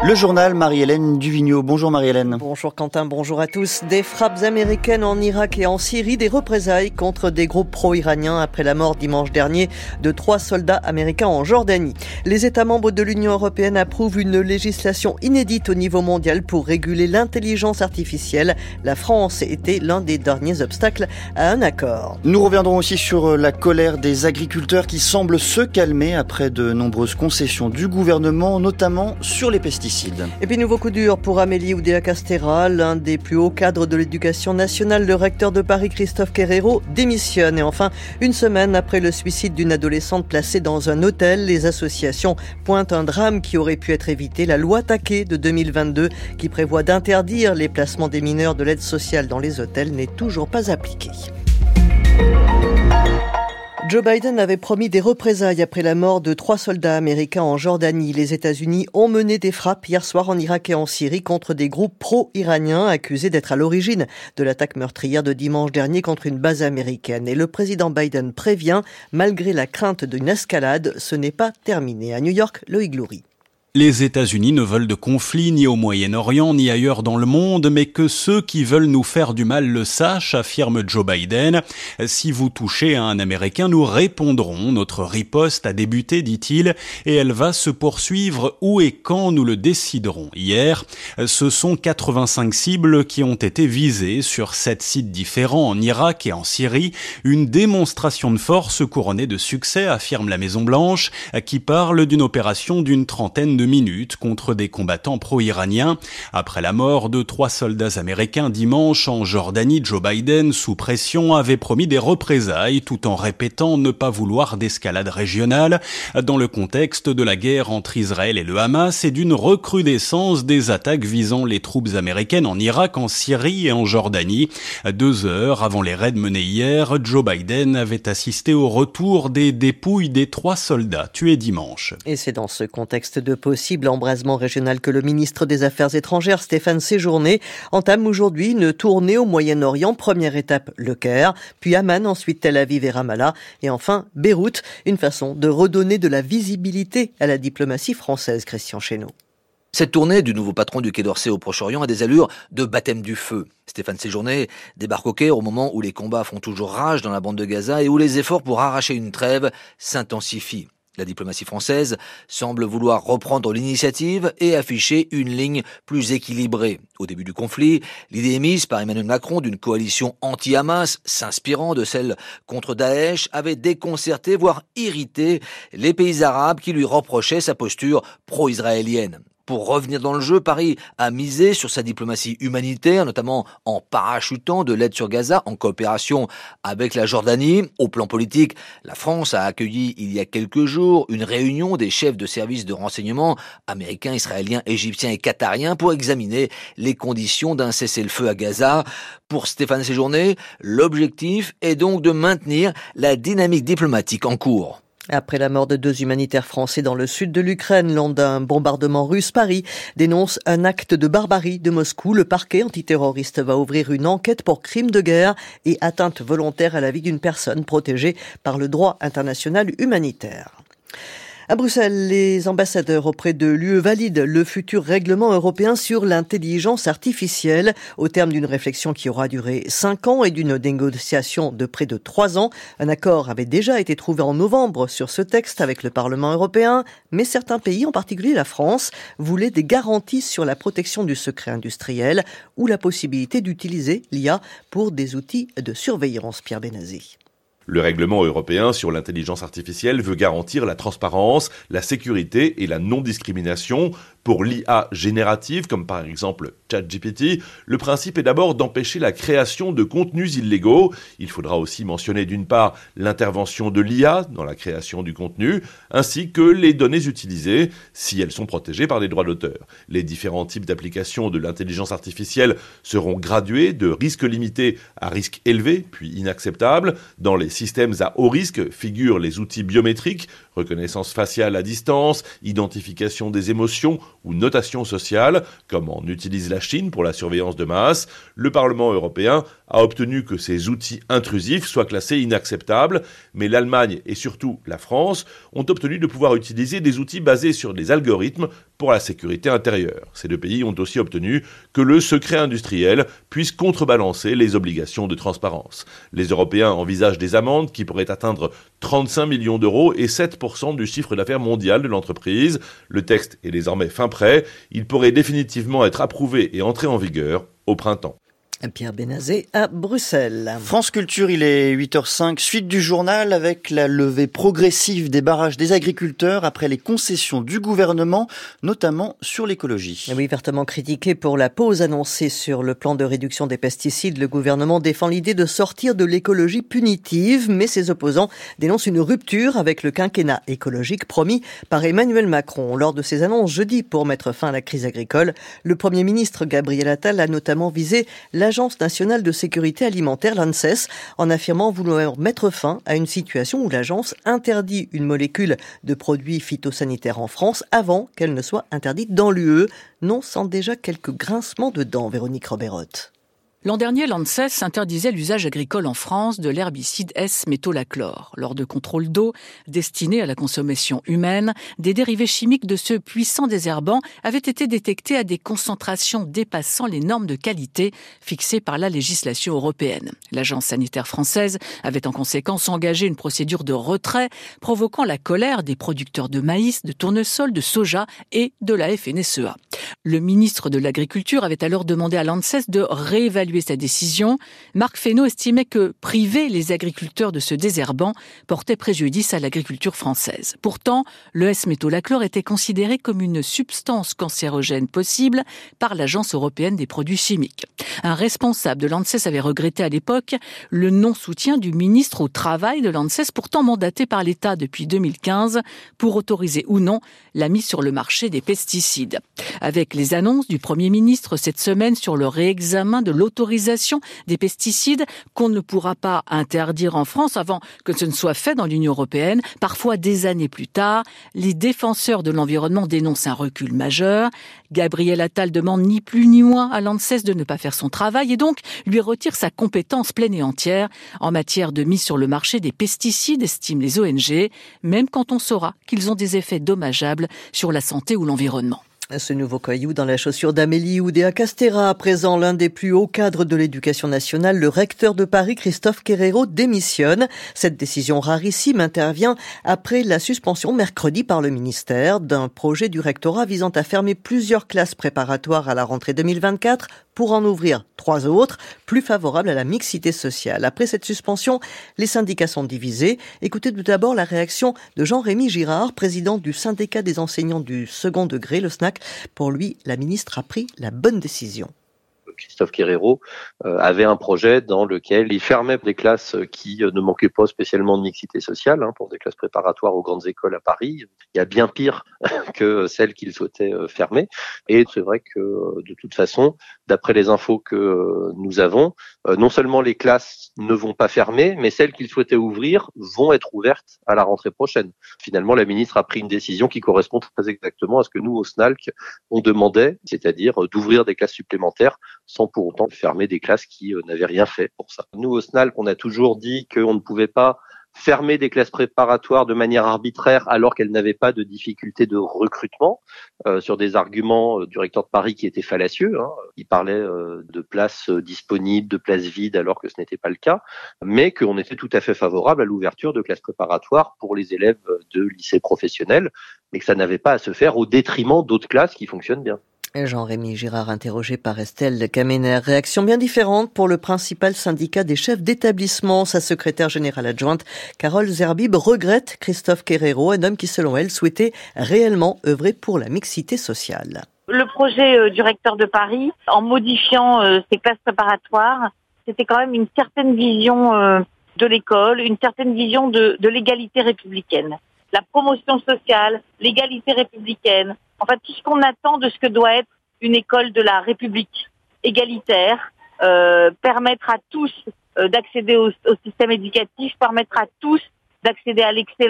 Le journal Marie-Hélène Duvigneau. Bonjour Marie-Hélène. Bonjour Quentin, bonjour à tous. Des frappes américaines en Irak et en Syrie, des représailles contre des groupes pro-iraniens après la mort dimanche dernier de 3 soldats américains en Jordanie. Les États membres de l'Union européenne approuvent une législation inédite au niveau mondial pour réguler l'intelligence artificielle. La France était l'un des derniers obstacles à un accord. Nous reviendrons aussi sur la colère des agriculteurs qui semble se calmer après de nombreuses concessions du gouvernement, notamment sur les pesticides. Et puis nouveau coup dur pour Amélie Oudéa-Castéra, l'un des plus hauts cadres de l'éducation nationale. Le recteur de Paris, Christophe Querrero, démissionne. Et enfin, une semaine après le suicide d'une adolescente placée dans un hôtel, les associations pointent un drame qui aurait pu être évité. La loi Taquet de 2022, qui prévoit d'interdire les placements des mineurs de l'aide sociale dans les hôtels, n'est toujours pas appliquée. Joe Biden avait promis des représailles après la mort de 3 soldats américains en Jordanie. Les États-Unis ont mené des frappes hier soir en Irak et en Syrie contre des groupes pro-iraniens accusés d'être à l'origine de l'attaque meurtrière de dimanche dernier contre une base américaine. Et le président Biden prévient, malgré la crainte d'une escalade, ce n'est pas terminé. À New York, Loïc Loury. Les États-Unis ne veulent de conflit ni au Moyen-Orient ni ailleurs dans le monde, mais que ceux qui veulent nous faire du mal le sachent, affirme Joe Biden. Si vous touchez à un Américain, nous répondrons. Notre riposte a débuté, dit-il, et elle va se poursuivre où et quand nous le déciderons. Hier, ce sont 85 cibles qui ont été visées sur 7 sites différents en Irak et en Syrie. Une démonstration de force couronnée de succès, affirme la Maison-Blanche, qui parle d'une opération d'une trentaine de minutes contre des combattants pro-iraniens. Après la mort de 3 soldats américains dimanche en Jordanie, Joe Biden, sous pression, avait promis des représailles tout en répétant ne pas vouloir d'escalade régionale dans le contexte de la guerre entre Israël et le Hamas et d'une recrudescence des attaques visant les troupes américaines en Irak, en Syrie et en Jordanie. 2 heures avant les raids menés hier, Joe Biden avait assisté au retour des dépouilles des 3 soldats tués dimanche. Et c'est dans ce contexte de possible embrasement régional que le ministre des Affaires étrangères, Stéphane Séjourné, entame aujourd'hui une tournée au Moyen-Orient. Première étape, Le Caire, puis Amman, ensuite Tel Aviv et Ramallah, et enfin Beyrouth. Une façon de redonner de la visibilité à la diplomatie française, Christian Chesneau. Cette tournée du nouveau patron du Quai d'Orsay au Proche-Orient a des allures de baptême du feu. Stéphane Séjourné débarque au Caire au moment où les combats font toujours rage dans la bande de Gaza et où les efforts pour arracher une trêve s'intensifient. La diplomatie française semble vouloir reprendre l'initiative et afficher une ligne plus équilibrée. Au début du conflit, l'idée émise par Emmanuel Macron d'une coalition anti-Hamas, s'inspirant de celle contre Daesh, avait déconcerté, voire irrité les pays arabes qui lui reprochaient sa posture pro-israélienne. Pour revenir dans le jeu, Paris a misé sur sa diplomatie humanitaire, notamment en parachutant de l'aide sur Gaza en coopération avec la Jordanie. Au plan politique, la France a accueilli il y a quelques jours une réunion des chefs de services de renseignement américains, israéliens, égyptiens et qatariens pour examiner les conditions d'un cessez-le-feu à Gaza. Pour Stéphane Séjourné, l'objectif est donc de maintenir la dynamique diplomatique en cours. Après la mort de 2 humanitaires français dans le sud de l'Ukraine lors d'un bombardement russe, Paris dénonce un acte de barbarie de Moscou. Le parquet antiterroriste va ouvrir une enquête pour crime de guerre et atteinte volontaire à la vie d'une personne protégée par le droit international humanitaire. À Bruxelles, les ambassadeurs auprès de l'UE valident le futur règlement européen sur l'intelligence artificielle au terme d'une réflexion qui aura duré 5 ans et d'une négociation de près de 3 ans. Un accord avait déjà été trouvé en novembre sur ce texte avec le Parlement européen, mais certains pays, en particulier la France, voulaient des garanties sur la protection du secret industriel ou la possibilité d'utiliser l'IA pour des outils de surveillance. Pierre Benazé. Le règlement européen sur l'intelligence artificielle veut garantir la transparence, la sécurité et la non-discrimination. Pour l'IA générative, comme par exemple ChatGPT, le principe est d'abord d'empêcher la création de contenus illégaux. Il faudra aussi mentionner d'une part l'intervention de l'IA dans la création du contenu, ainsi que les données utilisées, si elles sont protégées par les droits d'auteur. Les différents types d'applications de l'intelligence artificielle seront gradués de risque limité à risque élevé, puis inacceptable. Dans les systèmes à haut risque figurent les outils biométriques, reconnaissance faciale à distance, identification des émotions ou notation sociale, comme en utilise la Chine pour la surveillance de masse. Le Parlement européen a obtenu que ces outils intrusifs soient classés inacceptables, mais l'Allemagne et surtout la France ont obtenu de pouvoir utiliser des outils basés sur des algorithmes pour la sécurité intérieure. Ces deux pays ont aussi obtenu que le secret industriel puisse contrebalancer les obligations de transparence. Les Européens envisagent des amendes qui pourraient atteindre 35 millions d'euros et 7% du chiffre d'affaires mondial de l'entreprise. Le texte est désormais fin prêt. Il pourrait définitivement être approuvé et entrer en vigueur au printemps. Pierre Benazet à Bruxelles. France Culture, il est 8h05, suite du journal avec la levée progressive des barrages des agriculteurs après les concessions du gouvernement, notamment sur l'écologie. Oui, vertement critiqué pour la pause annoncée sur le plan de réduction des pesticides, le gouvernement défend l'idée de sortir de l'écologie punitive, mais ses opposants dénoncent une rupture avec le quinquennat écologique promis par Emmanuel Macron. Lors de ses annonces jeudi pour mettre fin à la crise agricole, le Premier ministre Gabriel Attal a notamment visé l'Agence nationale de sécurité alimentaire, l'ANSES, en affirmant vouloir mettre fin à une situation où l'agence interdit une molécule de produits phytosanitaires en France avant qu'elle ne soit interdite dans l'UE, non sans déjà quelques grincements de dents, Véronique Roberotte. L'an dernier, l'ANSES interdisait l'usage agricole en France de l'herbicide S-métolachlore. Lors de contrôles d'eau destinés à la consommation humaine, des dérivés chimiques de ce puissant désherbant avaient été détectés à des concentrations dépassant les normes de qualité fixées par la législation européenne. L'agence sanitaire française avait en conséquence engagé une procédure de retrait, provoquant la colère des producteurs de maïs, de tournesol, de soja et de la FNSEA. Le ministre de l'Agriculture avait alors demandé à l'ANSES de réévaluer sa décision. Marc Fesneau estimait que priver les agriculteurs de ce désherbant portait préjudice à l'agriculture française. Pourtant, le S-métolachlore était considéré comme une substance cancérogène possible par l'Agence européenne des produits chimiques. Un responsable de l'ANSES avait regretté à l'époque le non-soutien du ministre au travail de l'ANSES, pourtant mandaté par l'État depuis 2015 pour autoriser ou non la mise sur le marché des pesticides. Avec les annonces du Premier ministre cette semaine sur le réexamen de l'autorisation des pesticides qu'on ne pourra pas interdire en France avant que ce ne soit fait dans l'Union européenne, parfois des années plus tard, les défenseurs de l'environnement dénoncent un recul majeur. Gabriel Attal demande ni plus ni moins à l'ANSES de ne pas faire son travail et donc lui retire sa compétence pleine et entière en matière de mise sur le marché des pesticides, estiment les ONG, même quand on saura qu'ils ont des effets dommageables sur la santé ou l'environnement. Ce nouveau caillou dans la chaussure d'Amélie Oudéa-Castéra, à présent l'un des plus hauts cadres de l'éducation nationale, le recteur de Paris, Christophe Querero, démissionne. Cette décision rarissime intervient après la suspension mercredi par le ministère d'un projet du rectorat visant à fermer plusieurs classes préparatoires à la rentrée 2024 pour en ouvrir 3 autres, plus favorables à la mixité sociale. Après cette suspension, les syndicats sont divisés. Écoutez tout d'abord la réaction de Jean-Rémy Girard, président du syndicat des enseignants du second degré, le SNAC. Pour lui, la ministre a pris la bonne décision. Christophe Querero avait un projet dans lequel il fermait des classes qui ne manquaient pas spécialement de mixité sociale, pour des classes préparatoires aux grandes écoles à Paris. Il y a bien pire que celles qu'il souhaitait fermer. Et c'est vrai que de toute façon, d'après les infos que nous avons, non seulement les classes ne vont pas fermer, mais celles qu'il souhaitait ouvrir vont être ouvertes à la rentrée prochaine. Finalement, la ministre a pris une décision qui correspond très exactement à ce que nous, au SNALC, on demandait, c'est-à-dire d'ouvrir des classes supplémentaires sans pour autant fermer des classes qui n'avaient rien fait pour ça. Nous, au SNALC, on a toujours dit qu'on ne pouvait pas fermer des classes préparatoires de manière arbitraire alors qu'elles n'avaient pas de difficulté de recrutement, sur des arguments du recteur de Paris qui étaient fallacieux. Il parlait de places disponibles, de places vides alors que ce n'était pas le cas, mais qu'on était tout à fait favorable à l'ouverture de classes préparatoires pour les élèves de lycées professionnels, mais que ça n'avait pas à se faire au détriment d'autres classes qui fonctionnent bien. Jean-Rémy Girard interrogé par Estelle Kamener. Réaction bien différente pour le principal syndicat des chefs d'établissement. Sa secrétaire générale adjointe, Carole Zerbib, regrette Christophe Querero, un homme qui, selon elle, souhaitait réellement œuvrer pour la mixité sociale. Le projet du recteur de Paris, en modifiant ces classes préparatoires, c'était quand même une certaine vision de l'école, une certaine vision de l'égalité républicaine. La promotion sociale, l'égalité républicaine, en fait, tout ce qu'on attend de ce que doit être une école de la République égalitaire, permettre à tous d'accéder au système éducatif, permettre à tous d'accéder à l'excellence.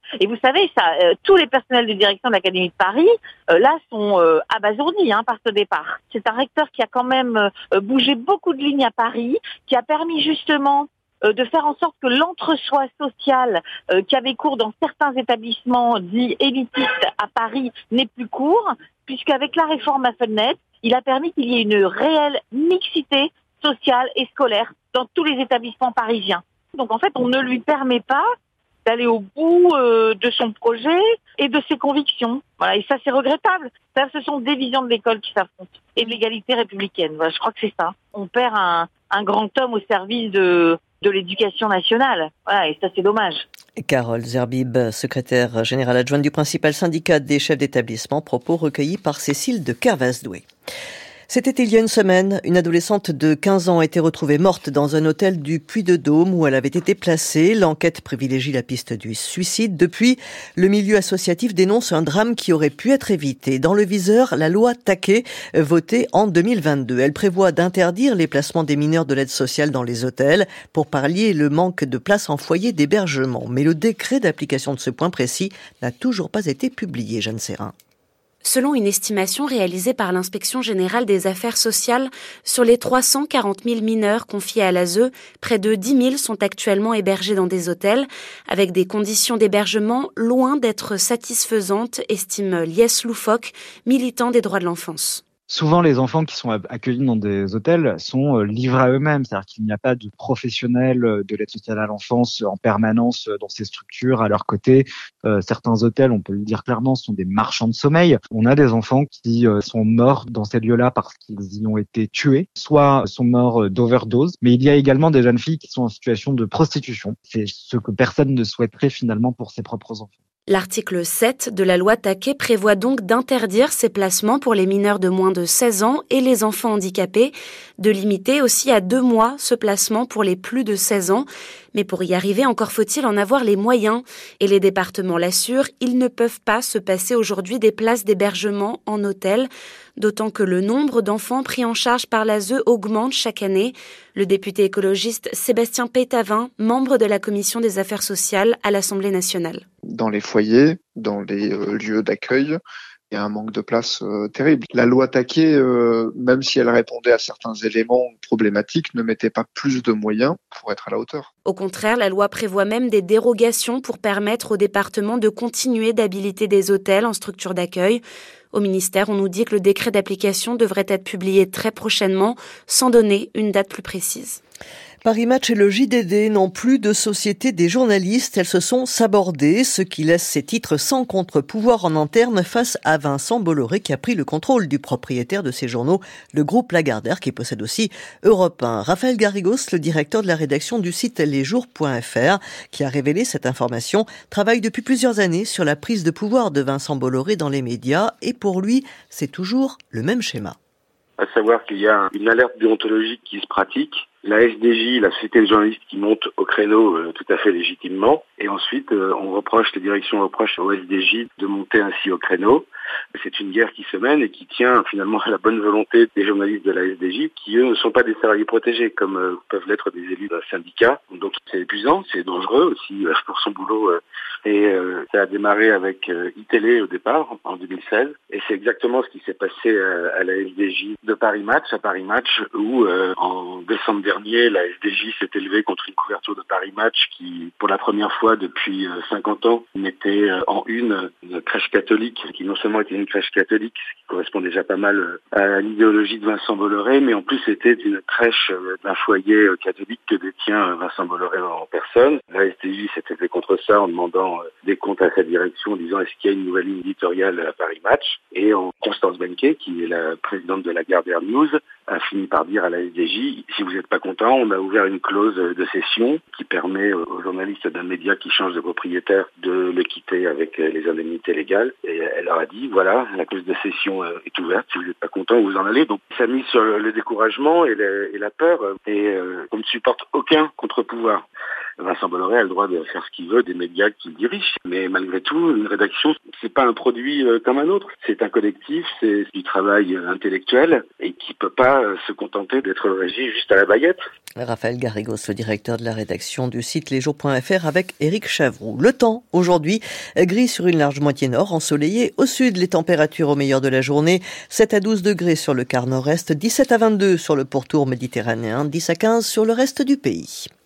Et vous savez, ça, tous les personnels de direction de l'Académie de Paris, là, sont abasourdis par ce départ. C'est un recteur qui a quand même bougé beaucoup de lignes à Paris, qui a permis justement de faire en sorte que l'entre-soi social qui avait cours dans certains établissements dits élitistes à Paris n'ait plus cours, puisqu'avec la réforme Affelnet, il a permis qu'il y ait une réelle mixité sociale et scolaire dans tous les établissements parisiens. Donc en fait, on ne lui permet pas d'aller au bout de son projet et de ses convictions. Voilà, et ça c'est regrettable. Ça, ce sont des visions de l'école qui s'affrontent et de l'égalité républicaine. Voilà, je crois que c'est ça. On perd un grand homme au service de l'éducation nationale. Voilà, et ça c'est dommage. Carole Zerbib, secrétaire générale adjointe du principal syndicat des chefs d'établissement, propos recueillis par Cécile de Kervasdoué. C'était il y a une semaine, une adolescente de 15 ans a été retrouvée morte dans un hôtel du Puy-de-Dôme où elle avait été placée. L'enquête privilégie la piste du suicide. Depuis, le milieu associatif dénonce un drame qui aurait pu être évité. Dans le viseur, la loi Taquet, votée en 2022. Elle prévoit d'interdire les placements des mineurs de l'aide sociale dans les hôtels pour pallier le manque de places en foyer d'hébergement. Mais le décret d'application de ce point précis n'a toujours pas été publié, Jeanne Serrin. Selon une estimation réalisée par l'Inspection générale des affaires sociales, sur les 340 000 mineurs confiés à l'ASE, près de 10 000 sont actuellement hébergés dans des hôtels, avec des conditions d'hébergement loin d'être satisfaisantes, estime Lies Loufoque, militant des droits de l'enfance. Souvent, les enfants qui sont accueillis dans des hôtels sont livrés à eux-mêmes, c'est-à-dire qu'il n'y a pas de professionnels de l'aide sociale à l'enfance en permanence dans ces structures à leur côté. Certains hôtels, on peut le dire clairement, sont des marchands de sommeil. On a des enfants qui sont morts dans ces lieux-là parce qu'ils y ont été tués, soit sont morts d'overdose, mais il y a également des jeunes filles qui sont en situation de prostitution. C'est ce que personne ne souhaiterait finalement pour ses propres enfants. L'article 7 de la loi Taquet prévoit donc d'interdire ces placements pour les mineurs de moins de 16 ans et les enfants handicapés, de limiter aussi à 2 mois ce placement pour les plus de 16 ans. Mais pour y arriver, encore faut-il en avoir les moyens. Et les départements l'assurent, ils ne peuvent pas se passer aujourd'hui des places d'hébergement en hôtel, d'autant que le nombre d'enfants pris en charge par l'ASE augmente chaque année. Le député écologiste Sébastien Pétavin, membre de la Commission des affaires sociales à l'Assemblée nationale. Dans les foyers, dans les lieux d'accueil, il y a un manque de place terrible. La loi Taquet, même si elle répondait à certains éléments problématiques, ne mettait pas plus de moyens pour être à la hauteur. Au contraire, la loi prévoit même des dérogations pour permettre aux départements de continuer d'habiliter des hôtels en structure d'accueil. Au ministère, on nous dit que le décret d'application devrait être publié très prochainement, sans donner une date plus précise. Paris Match et le JDD n'ont plus de société des journalistes. Elles se sont sabordées, ce qui laisse ces titres sans contre-pouvoir en interne face à Vincent Bolloré qui a pris le contrôle du propriétaire de ces journaux, le groupe Lagardère qui possède aussi Europe 1. Raphaël Garrigos, le directeur de la rédaction du site lesjours.fr, qui a révélé cette information, travaille depuis plusieurs années sur la prise de pouvoir de Vincent Bolloré dans les médias et pour lui, c'est toujours le même schéma. À savoir qu'il y a une alerte déontologique qui se pratique. La SDJ, la société de journalistes qui monte au créneau tout à fait légitimement. Et ensuite, les directions reprochent au SDJ de monter ainsi au créneau. C'est une guerre qui se mène et qui tient finalement à la bonne volonté des journalistes de la SDJ qui, eux, ne sont pas des salariés protégés comme peuvent l'être des élus d'un syndicat. Donc c'est épuisant, c'est dangereux aussi pour son boulot. Ça a démarré avec iTélé au départ, en 2016. Et c'est exactement ce qui s'est passé à la SDJ de Paris Match, où en décembre dernier, la SDJ s'est élevée contre une couverture de Paris Match qui, pour la première fois depuis 50 ans, mettait en une crèche catholique qui non seulement était une crèche catholique, ce qui correspond déjà pas mal à l'idéologie de Vincent Bolloré, mais en plus c'était une crèche d'un foyer catholique que détient Vincent Bolloré en personne. La SDJ s'est élevée contre ça en demandant des comptes à sa direction, en disant est-ce qu'il y a une nouvelle ligne éditoriale à Paris Match. Et Constance Benquet, qui est la présidente de Lagardère News, a fini par dire à la SDJ, si vous n'êtes pas content, on a ouvert une clause de cession qui permet aux journalistes d'un média qui change de propriétaire de le quitter avec les indemnités légales. Et elle leur a dit, voilà, la clause de cession est ouverte, si vous n'êtes pas content, vous en allez. Donc ça a mis sur le découragement et la peur, et on ne supporte aucun contre-pouvoir. Vincent Bolloré a le droit de faire ce qu'il veut des médias qu'il dirige. Mais malgré tout, une rédaction, c'est pas un produit comme un autre. C'est un collectif, c'est du travail intellectuel et qui peut pas se contenter d'être régi juste à la baguette. Raphaël Garrigos, le directeur de la rédaction du site lesjours.fr avec Éric Chavroux. Le temps, aujourd'hui, gris sur une large moitié nord, ensoleillé. Au sud, les températures au meilleur de la journée, 7 à 12 degrés sur le quart nord-est, 17 à 22 sur le pourtour méditerranéen, 10 à 15 sur le reste du pays.